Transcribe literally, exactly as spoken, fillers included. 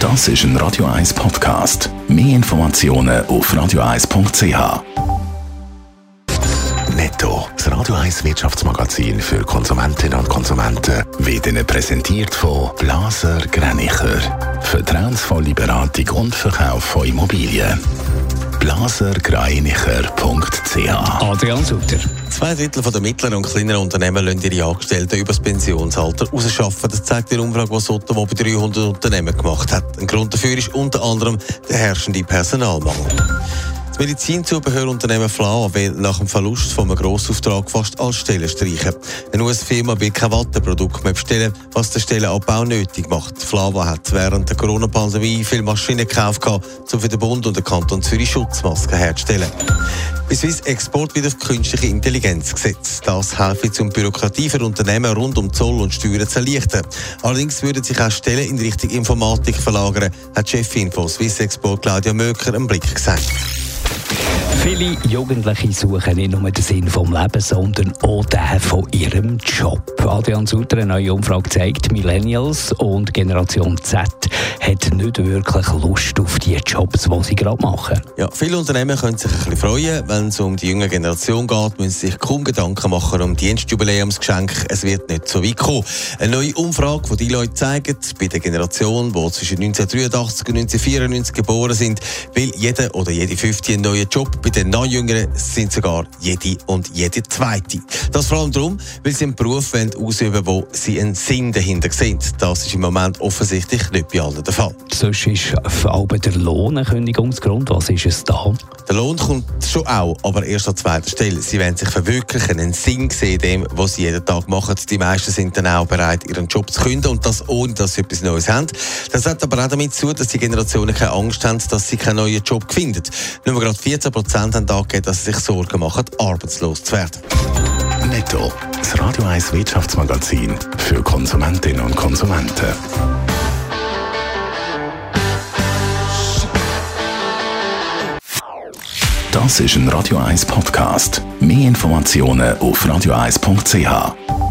Das ist ein Radio eins Podcast. Mehr Informationen auf radio eins punkt c h. Netto, das Radio eins Wirtschaftsmagazin für Konsumentinnen und Konsumenten, wird Ihnen präsentiert von Blaser Greinicher. Vertrauensvolle Beratung und Verkauf von Immobilien. blaser greinicher punkt c h. Adrian Sutter. Zwei Drittel der mittleren und kleineren Unternehmen lassen ihre Angestellten über das Pensionsalter rausschaffen. Das zeigt die Umfrage, die Sotomo bei dreihundert Unternehmen gemacht hat. Ein Grund dafür ist unter anderem der herrschende Personalmangel. Das Medizinzubehörunternehmen Flava will nach dem Verlust von einem Grossauftrag fast alle Stellen streichen. Eine U S-Firma will kein Watteprodukt mehr bestellen, was den Stellenabbau nötig macht. Flava hat während der Corona-Pandemie viele Maschinen gekauft, um für den Bund und den Kanton Zürich Schutzmasken herzustellen. Bei Swiss Export wird auf künstliche Intelligenz gesetzt. Das hilft, um Bürokratie für Unternehmen rund um Zoll und Steuern zu erleichtern. Allerdings würden sich auch Stellen in Richtung Informatik verlagern, hat Chefin von Swiss Export Claudia Möker einen Blick gesagt. Viele Jugendliche suchen nicht nur den Sinn vom Lebens, sondern auch den von ihrem Job. Adrian Sutter, eine neue Umfrage zeigt, Millennials und Generation Z hat nicht wirklich Lust auf die Jobs, die sie gerade machen. Ja, viele Unternehmen können sich ein bisschen freuen. Wenn es um die junge Generation geht, müssen sie sich kaum Gedanken machen um Dienstjubiläumsgeschenke. Es wird nicht so weit kommen. Eine neue Umfrage, die die Leute zeigen, bei der Generation, die zwischen neunzehnhundertdreiundachtzig und neunzehnhundertvierundneunzig geboren sind, will jeder oder jede Fünfte einen neuen Job. Bei den Neujüngeren sind sogar jede und jede Zweite. Das vor allem darum, weil sie einen Beruf ausüben wollen, wo sie einen Sinn dahinter sehen. Das ist im Moment offensichtlich nicht bei allen der Fall. Sonst ist für alle der Lohn ein Kündigungsgrund. Was ist es da? Der Lohn kommt schon auch, aber erst an zweiter Stelle. Sie wollen sich verwirklichen, einen Sinn sehen, dem, was sie jeden Tag machen. Die meisten sind dann auch bereit, ihren Job zu kündigen und das ohne, dass sie etwas Neues haben. Das hat aber auch damit zu, dass die Generationen keine Angst haben, dass sie keinen neuen Job finden. Nur gerade vierzehn Prozent haben angegeben, dass sie sich Sorgen machen, arbeitslos zu werden. Netto, das Radio eins Wirtschaftsmagazin für Konsumentinnen und Konsumenten. Das ist ein Radio eins Podcast. Mehr Informationen auf radio eins punkt c h.